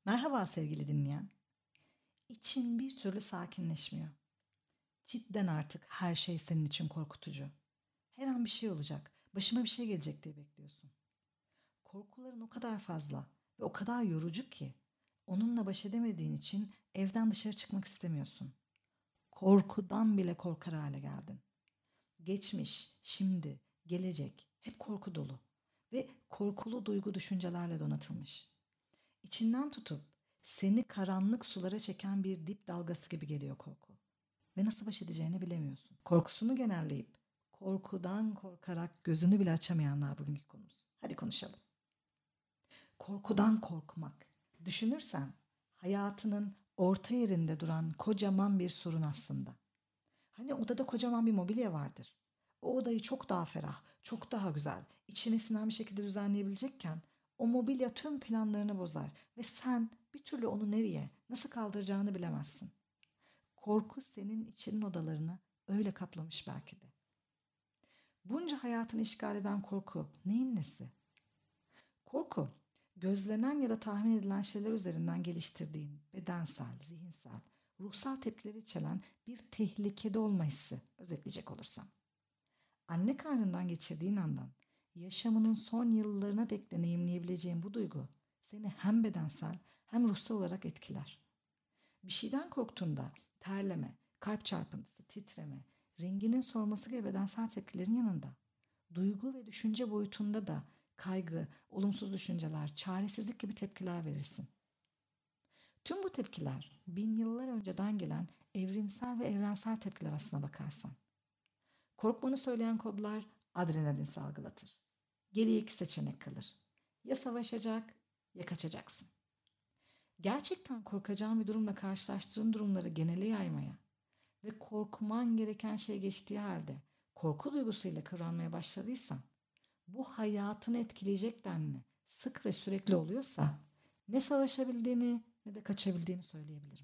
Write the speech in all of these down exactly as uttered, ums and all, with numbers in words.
Merhaba sevgili dinleyen. İçin bir türlü sakinleşmiyor. Cidden artık her şey senin için korkutucu. Her an bir şey olacak, başıma bir şey gelecek diye bekliyorsun. Korkuların o kadar fazla ve o kadar yorucu ki onunla baş edemediğin için evden dışarı çıkmak istemiyorsun. Korkudan bile korkar hale geldin. Geçmiş, şimdi, gelecek hep korku dolu ve korkulu duygu düşüncelerle donatılmış. İçinden tutup seni karanlık sulara çeken bir dip dalgası gibi geliyor korku. Ve nasıl baş edeceğini bilemiyorsun. Korkusunu genelleyip korkudan korkarak gözünü bile açamayanlar bugünkü konumuz. Hadi konuşalım. Korkudan korkmak. Düşünürsen hayatının orta yerinde duran kocaman bir sorun aslında. Hani odada kocaman bir mobilya vardır. O odayı çok daha ferah, çok daha güzel, içine sinen bir şekilde düzenleyebilecekken o mobilya tüm planlarını bozar ve sen bir türlü onu nereye, nasıl kaldıracağını bilemezsin. Korku senin içinin odalarını öyle kaplamış belki de. Bunca hayatını işgal eden korku neyin nesi? Korku, gözlenen ya da tahmin edilen şeyler üzerinden geliştirdiğin bedensel, zihinsel, ruhsal tepkileri içeren bir tehlikede olma hissi, özetleyecek olursam. Anne karnından geçirdiğin andan yaşamının son yıllarına dek deneyimleyebileceğin bu duygu seni hem bedensel hem ruhsal olarak etkiler. Bir şeyden korktuğunda terleme, kalp çarpıntısı, titreme, renginin solması gibi bedensel tepkilerin yanında duygu ve düşünce boyutunda da kaygı, olumsuz düşünceler, çaresizlik gibi tepkiler verirsin. Tüm bu tepkiler bin yıllar önceden gelen evrimsel ve evrensel tepkiler aslına bakarsan. Korkmanı söyleyen kodlar adrenalin salgılatır. Geriye iki seçenek kalır. Ya savaşacak ya kaçacaksın. Gerçekten korkacağın bir durumla karşılaştığın durumları genele yaymaya ve korkman gereken şey geçtiği halde korku duygusuyla kıvranmaya başladıysan, bu hayatını etkileyecek denli sık ve sürekli oluyorsa ne savaşabildiğini ne de kaçabildiğini söyleyebilirim.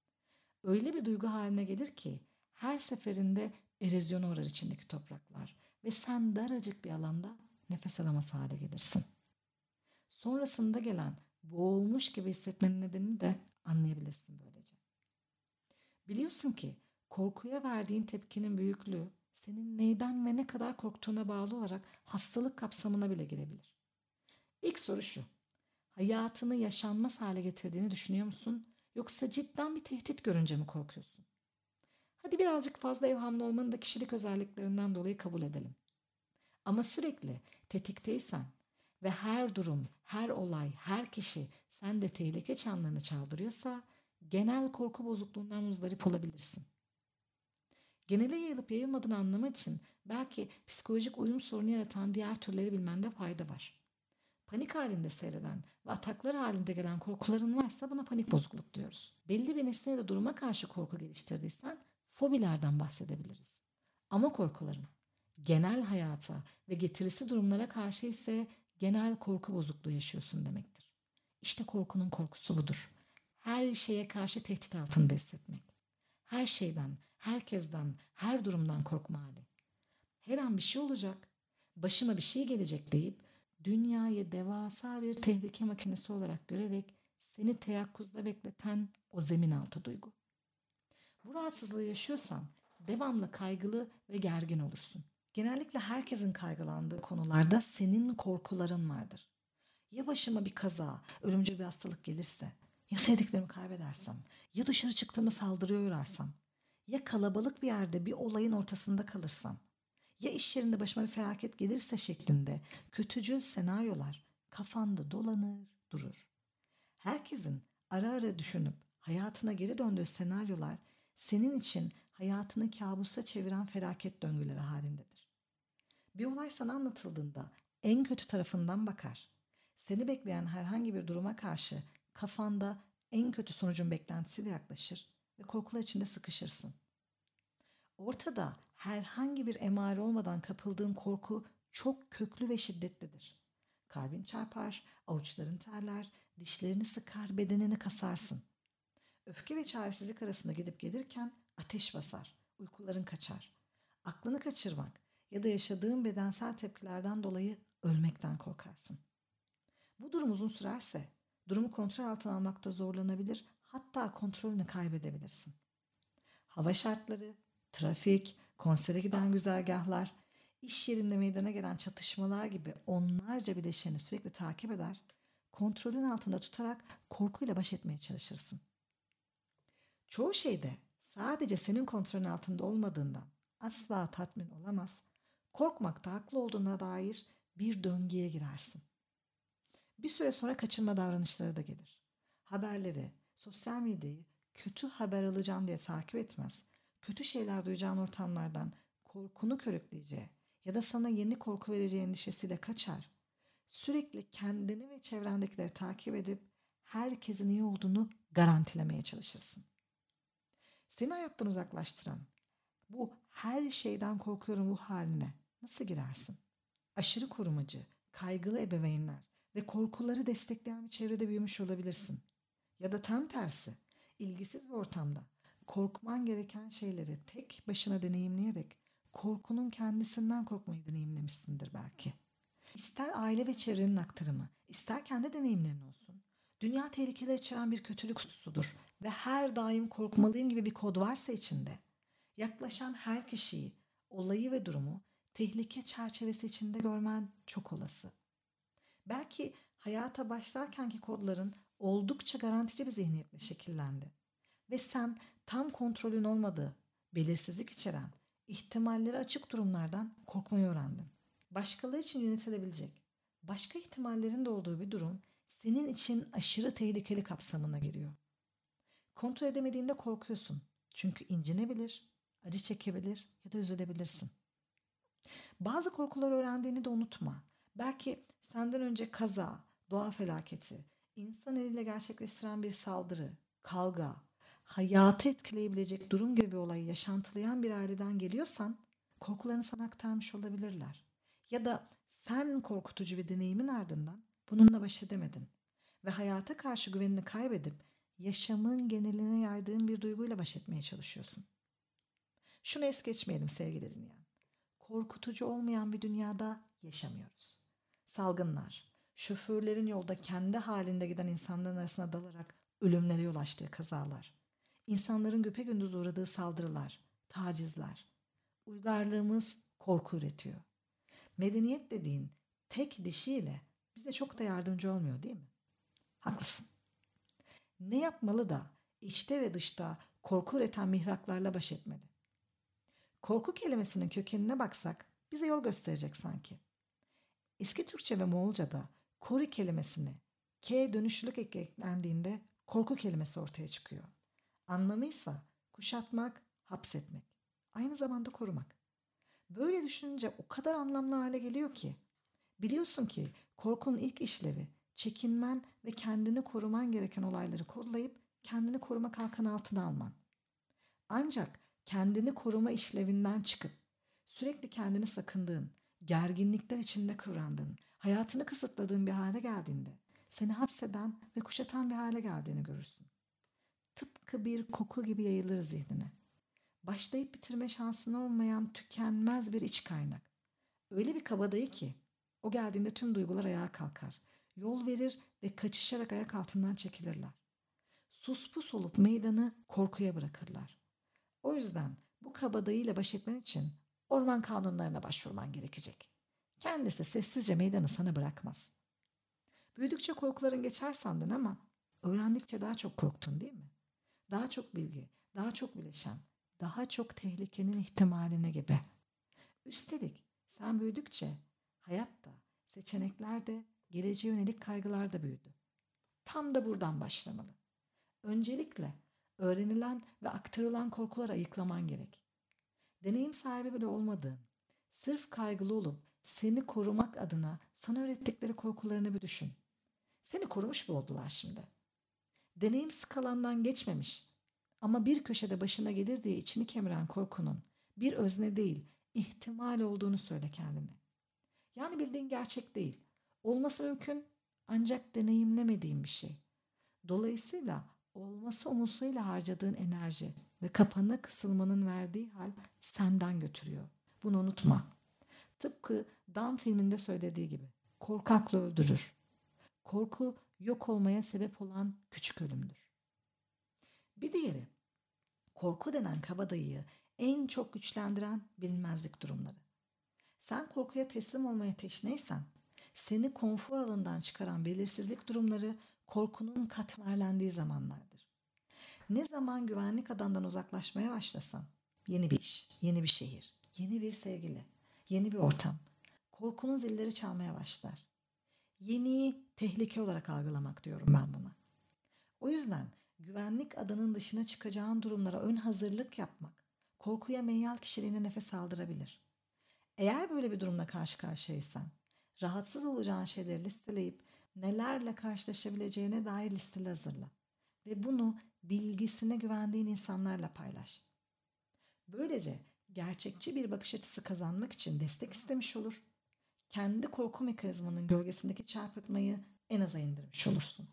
Öyle bir duygu haline gelir ki her seferinde erozyona uğrar içindeki topraklar ve sen daracık bir alanda nefes alamaz hale gelirsin. Sonrasında gelen boğulmuş gibi hissetmenin nedenini de anlayabilirsin böylece. Biliyorsun ki korkuya verdiğin tepkinin büyüklüğü senin neyden ve ne kadar korktuğuna bağlı olarak hastalık kapsamına bile girebilir. İlk soru şu: hayatını yaşanmaz hale getirdiğini düşünüyor musun? Yoksa cidden bir tehdit görünce mi korkuyorsun? Hadi birazcık fazla evhamlı olmanın da kişilik özelliklerinden dolayı kabul edelim. Ama sürekli tetikteysen ve her durum, her olay, her kişi sende tehlike çanlarını çaldırıyorsa genel korku bozukluğundan muzdarip olabilirsin. Genele yayılıp yayılmadığını anlamak için belki psikolojik uyum sorunu yaratan diğer türleri bilmende fayda var. Panik halinde seyreden ve ataklar halinde gelen korkuların varsa buna panik bozukluk diyoruz. Belli bir nesneye de duruma karşı korku geliştirdiysen fobilerden bahsedebiliriz. Ama korkuların genel hayata ve getirisi durumlara karşı ise genel korku bozukluğu yaşıyorsun demektir. İşte korkunun korkusu budur. Her şeye karşı tehdit altında hissetmek. Her şeyden, herkesten, her durumdan korkma hali. Her an bir şey olacak, başıma bir şey gelecek deyip dünyayı devasa bir tehlike makinesi olarak görerek seni teyakkuzda bekleten o zemin altı duygu. Bu rahatsızlığı yaşıyorsan devamlı kaygılı ve gergin olursun. Genellikle herkesin kaygılandığı konularda senin korkuların vardır. Ya başıma bir kaza, ölümcül bir hastalık gelirse, ya sevdiklerimi kaybedersem, ya dışarı çıktığımda saldırıya uğrarsam, ya kalabalık bir yerde bir olayın ortasında kalırsam, ya iş yerinde başıma bir felaket gelirse şeklinde kötücül senaryolar kafanda dolanır durur. Herkesin ara ara düşünüp hayatına geri döndüğü senaryolar senin için hayatını kabusa çeviren felaket döngüleri halindedir. Bir olay sana anlatıldığında en kötü tarafından bakar. Seni bekleyen herhangi bir duruma karşı kafanda en kötü sonucun beklentisiyle yaklaşır ve korkular içinde sıkışırsın. Ortada herhangi bir emare olmadan kapıldığın korku çok köklü ve şiddetlidir. Kalbin çarpar, avuçların terler, dişlerini sıkar, bedenini kasarsın. Öfke ve çaresizlik arasında gidip gelirken ateş basar, uykuların kaçar. Aklını kaçırmak ya da yaşadığın bedensel tepkilerden dolayı ölmekten korkarsın. Bu durum uzun sürerse Durumu kontrol altına almakta zorlanabilir, hatta kontrolünü kaybedebilirsin. Hava şartları, trafik, konsere giden güzergahlar, iş yerinde meydana gelen çatışmalar gibi onlarca bileşeni sürekli takip eder, kontrolün altında tutarak korkuyla baş etmeye çalışırsın. Çoğu şeyde sadece senin kontrolün altında olmadığından asla tatmin olamaz, korkmakta haklı olduğuna dair bir döngüye girersin. Bir süre sonra kaçınma davranışları da gelir. Haberleri, sosyal medyayı kötü haber alacağım diye takip etmez. Kötü şeyler duyacağın ortamlardan korkunu körükleyeceği ya da sana yeni korku vereceği endişesiyle kaçar. Sürekli kendini ve çevrendekileri takip edip herkesin iyi olduğunu garantilemeye çalışırsın. Seni hayattan uzaklaştıran bu her şeyden korkuyorum bu haline nasıl girersin? Aşırı korumacı, kaygılı ebeveynler ve korkuları destekleyen bir çevrede büyümüş olabilirsin. Ya da tam tersi, ilgisiz bir ortamda korkman gereken şeyleri tek başına deneyimleyerek korkunun kendisinden korkmayı deneyimlemişsindir belki. İster aile ve çevrenin aktarımı, ister kendi deneyimlerin olsun. Dünya tehlikeler içeren bir kötülük kutusudur ve her daim korkmalıyım gibi bir kod varsa içinde, yaklaşan her kişiyi, olayı ve durumu tehlike çerçevesi içinde görmen çok olası. Belki hayata başlarkenki kodların oldukça garantici bir zihniyetle şekillendi. Ve sen tam kontrolün olmadığı, belirsizlik içeren, ihtimalleri açık durumlardan korkmayı öğrendin. Başkaları için yönetilebilecek, başka ihtimallerin de olduğu bir durum senin için aşırı tehlikeli kapsamına giriyor. Kontrol edemediğinde korkuyorsun. Çünkü incinebilir, acı çekebilir ya da üzülebilirsin. Bazı korkuları öğrendiğini de unutma. Belki senden önce kaza, doğa felaketi, insan eliyle gerçekleştiren bir saldırı, kavga, hayatı etkileyebilecek durum gibi bir olayı yaşantılayan bir aileden geliyorsan korkularını sana aktarmış olabilirler. Ya da sen korkutucu bir deneyimin ardından bununla baş edemedin ve hayata karşı güvenini kaybedip yaşamın geneline yaydığın bir duyguyla baş etmeye çalışıyorsun. Şunu es geçmeyelim sevgili dinleyen. Korkutucu olmayan bir dünyada yaşamıyoruz. Salgınlar, şoförlerin yolda kendi halinde giden insanların arasına dalarak ölümlere yol açtığı kazalar, insanların güpegündüz uğradığı saldırılar, tacizler. Uygarlığımız korku üretiyor. Medeniyet dediğin tek dişiyle bize çok da yardımcı olmuyor değil mi? Haklısın. Ne yapmalı da içte ve dışta korku üreten mihraklarla baş etmeli? Korku kelimesinin kökenine baksak bize yol gösterecek sanki. Eski Türkçe ve Moğolca'da kori kelimesine K dönüşlülük eklendiğinde korku kelimesi ortaya çıkıyor. Anlamıysa kuşatmak, hapsetmek. Aynı zamanda korumak. Böyle düşününce o kadar anlamlı hale geliyor ki. Biliyorsun ki korkunun ilk işlevi çekinmen ve kendini koruman gereken olayları kodlayıp kendini koruma kalkanı altına alman. Ancak kendini koruma işlevinden çıkıp sürekli kendini sakındığın, gerginlikler içinde kıvrandığın, hayatını kısıtladığın bir hale geldiğinde seni hapseden ve kuşatan bir hale geldiğini görürsün. Tıpkı bir koku gibi yayılır zihnine. Başlayıp bitirme şansın olmayan tükenmez bir iç kaynak. Öyle bir kabadayı ki o geldiğinde tüm duygular ayağa kalkar. Yol verir ve kaçışarak ayak altından çekilirler. Suspus olup meydanı korkuya bırakırlar. O yüzden bu kabadayıyla baş etmen için orman kanunlarına başvurman gerekecek. Kendisi sessizce meydanı sana bırakmaz. Büyüdükçe korkuların geçer sandın ama öğrendikçe daha çok korktun değil mi? Daha çok bilgi, daha çok bileşen, daha çok tehlikenin ihtimaline gibi. Üstelik sen büyüdükçe hayatta, seçenekler de, geleceğe yönelik kaygılar da büyüdü. Tam da buradan başlamalı. Öncelikle öğrenilen ve aktarılan korkuları ayıklaman gerek. Deneyim sahibi bile olmadığın, sırf kaygılı olup seni korumak adına sana öğrettikleri korkularını bir düşün. Seni korumuş mu oldular şimdi? Deneyim skalandan geçmemiş ama bir köşede başına gelir diye içini kemiren korkunun bir özne değil, ihtimal olduğunu söyle kendine. Yani bildiğin gerçek değil. Olması mümkün ancak deneyimlemediğin bir şey. Dolayısıyla olması umutlarıyla harcadığın enerji ve kapana kısılmanın verdiği hal senden götürüyor. Bunu unutma. Tıpkı Dan filminde söylediği gibi korkakla öldürür. Korku yok olmaya sebep olan küçük ölümdür. Bir diğeri, korku denen kabadayıyı en çok güçlendiren bilinmezlik durumları. Sen korkuya teslim olmaya teşneysen, seni konfor alanından çıkaran belirsizlik durumları korkunun katmerlendiği zamanlardır. Ne zaman güvenlik alanından uzaklaşmaya başlasan, yeni bir iş, yeni bir şehir, yeni bir sevgili, yeni bir ortam, korkunun zilleri çalmaya başlar. Yeniyi tehlike olarak algılamak diyorum ben buna. O yüzden güvenlik alanının dışına çıkacağın durumlara ön hazırlık yapmak, korkuya meyyal kişiliğine nefes aldırabilir. Eğer böyle bir durumla karşı karşıyaysan, rahatsız olacağın şeyleri listeleyip nelerle karşılaşabileceğine dair listeli hazırla. Ve bunu bilgisine güvendiğin insanlarla paylaş. Böylece gerçekçi bir bakış açısı kazanmak için destek istemiş olur. Kendi korku mekanizmanın gölgesindeki çarpıtmayı en aza indirmiş olursun.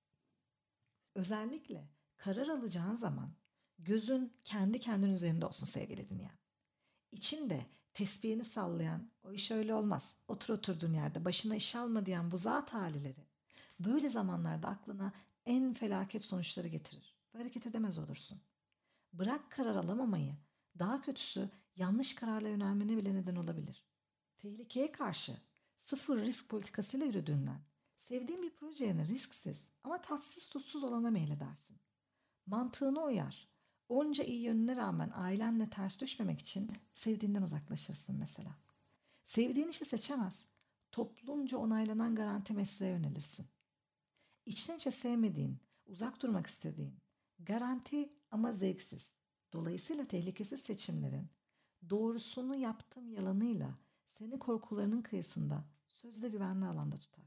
Özellikle karar alacağın zaman gözün kendi kendin üzerinde olsun sevgili dinleyen. İçinde tesbihini sallayan, o iş öyle olmaz, otur oturduğun yerde başına iş alma diyen bu zat halileri böyle zamanlarda aklına en felaket sonuçları getirir ve hareket edemez olursun. Bırak karar alamamayı, daha kötüsü yanlış kararla yönelmene bile neden olabilir. Tehlikeye karşı sıfır risk politikasıyla yürüdüğünden sevdiğin bir proje yerine risksiz ama tatsız tutsuz olana meyledersin. Mantığına uyar. Onca iyi yönüne rağmen ailenle ters düşmemek için sevdiğinden uzaklaşırsın mesela. Sevdiğin işi seçemez, toplumca onaylanan garanti mesleğe yönelirsin. İçten içe sevmediğin, uzak durmak istediğin, garanti ama zevksiz, dolayısıyla tehlikesiz seçimlerin doğrusunu yaptım yalanıyla seni korkularının kıyısında sözde güvenli alanda tutar.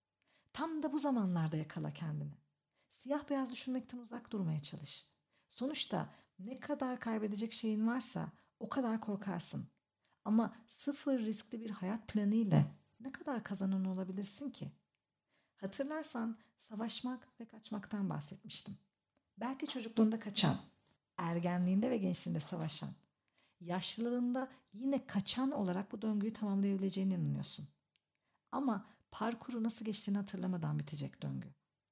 Tam da bu zamanlarda yakala kendini. Siyah beyaz düşünmekten uzak durmaya çalış. Sonuçta ne kadar kaybedecek şeyin varsa o kadar korkarsın. Ama sıfır riskli bir hayat planı ile ne kadar kazanan olabilirsin ki? Hatırlarsan savaşmak ve kaçmaktan bahsetmiştim. Belki çocukluğunda kaçan, ergenliğinde ve gençliğinde savaşan, yaşlılığında yine kaçan olarak bu döngüyü tamamlayabileceğine inanıyorsun. Ama parkuru nasıl geçtiğini hatırlamadan bitecek döngü.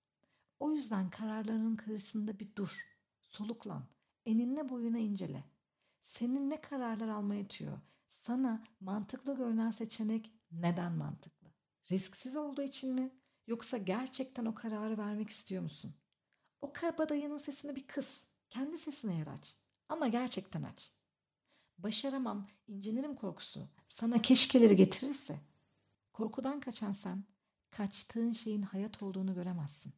O yüzden kararlarının karşısında bir dur, soluklan, enine boyuna incele. Senin ne kararlar almaya itiyor? Sana mantıklı görünen seçenek neden mantıklı? Risksiz olduğu için mi? Yoksa gerçekten o kararı vermek istiyor musun? O kabadayının sesini bir kıs. Kendi sesine yer aç. Ama gerçekten aç. Başaramam, incinirim korkusu sana keşkeleri getirirse, korkudan kaçan sen, kaçtığın şeyin hayat olduğunu göremezsin.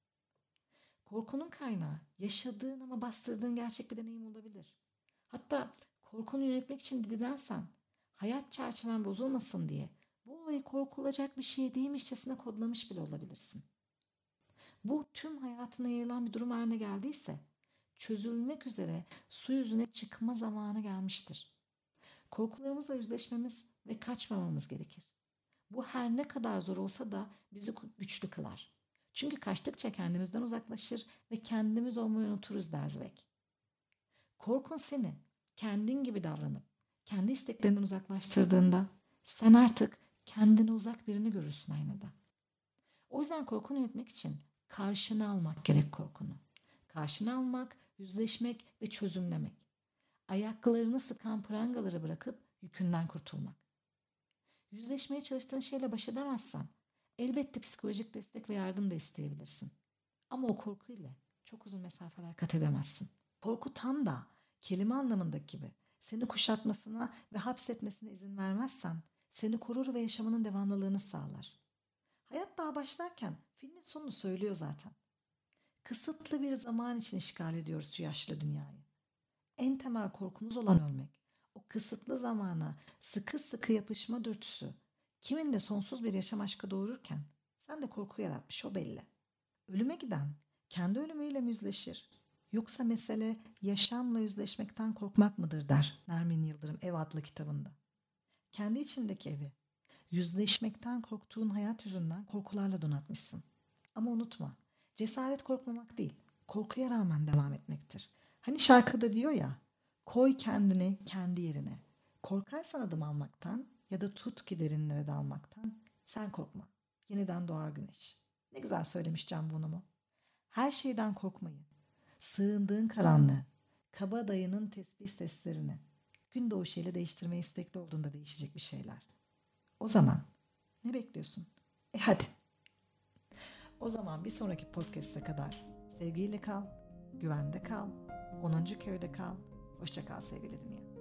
Korkunun kaynağı yaşadığın ama bastırdığın gerçek bir deneyim olabilir. Hatta korkunu yönetmek için dirensen, hayat çerçeven bozulmasın diye bu olayı korkulacak bir şey değilmişçesine kodlamış bile olabilirsin. Bu tüm hayatına yayılan bir durum haline geldiyse, çözülmek üzere su yüzüne çıkma zamanı gelmiştir. Korkularımızla yüzleşmemiz ve kaçmamamız gerekir. Bu her ne kadar zor olsa da bizi güçlü kılar. Çünkü kaçtıkça kendimizden uzaklaşır ve kendimiz olmayı unuturuz der Zweig. Korkun seni kendin gibi davranıp kendi isteklerinden uzaklaştırdığında sen artık kendine uzak birini görürsün aynada. O yüzden korkunu yönetmek için karşına almak gerek korkunu. Karşına almak, yüzleşmek ve çözümlemek. Ayaklarını sıkan prangaları bırakıp yükünden kurtulmak. Yüzleşmeye çalıştığın şeyle baş edemezsen elbette psikolojik destek ve yardım da isteyebilirsin. Ama o korkuyla çok uzun mesafeler kat edemezsin. Korku tam da kelime anlamındaki gibi seni kuşatmasına ve hapsetmesine izin vermezsen seni korur ve yaşamının devamlılığını sağlar. Hayat daha başlarken filmin sonunu söylüyor zaten. Kısıtlı bir zaman için işgal ediyoruz şu yaşlı dünyayı. En temel korkumuz olan ölmek, o kısıtlı zamana sıkı sıkı yapışma dürtüsü, kimin de sonsuz bir yaşam aşkı doğururken sen de korku yaratmış o belli. Ölüme giden kendi ölümüyle mi yüzleşir? Yoksa mesele yaşamla yüzleşmekten korkmak mıdır der Nermin Yıldırım Ev adlı kitabında. Kendi içindeki evi, yüzleşmekten korktuğun hayat yüzünden korkularla donatmışsın. Ama unutma, cesaret korkmamak değil, korkuya rağmen devam etmektir. Hani şarkıda diyor ya, koy kendini kendi yerine. Korkarsan adım almaktan ya da tut ki derinlere dalmaktan, sen korkma. Yeniden doğar güneş. Ne güzel söylemiş Can Bonomo. Her şeyden korkmayı, sığındığın karanlığı, kabadayının tesbih seslerini, gün doğuşuyla değiştirmeye istekli olduğunda değişecek bir şeyler. O zaman ne bekliyorsun? E hadi. O zaman bir sonraki podcast'e kadar sevgiyle kal, güvende kal, onuncu köyde kal. Hoşça kal sevgili dinleyen.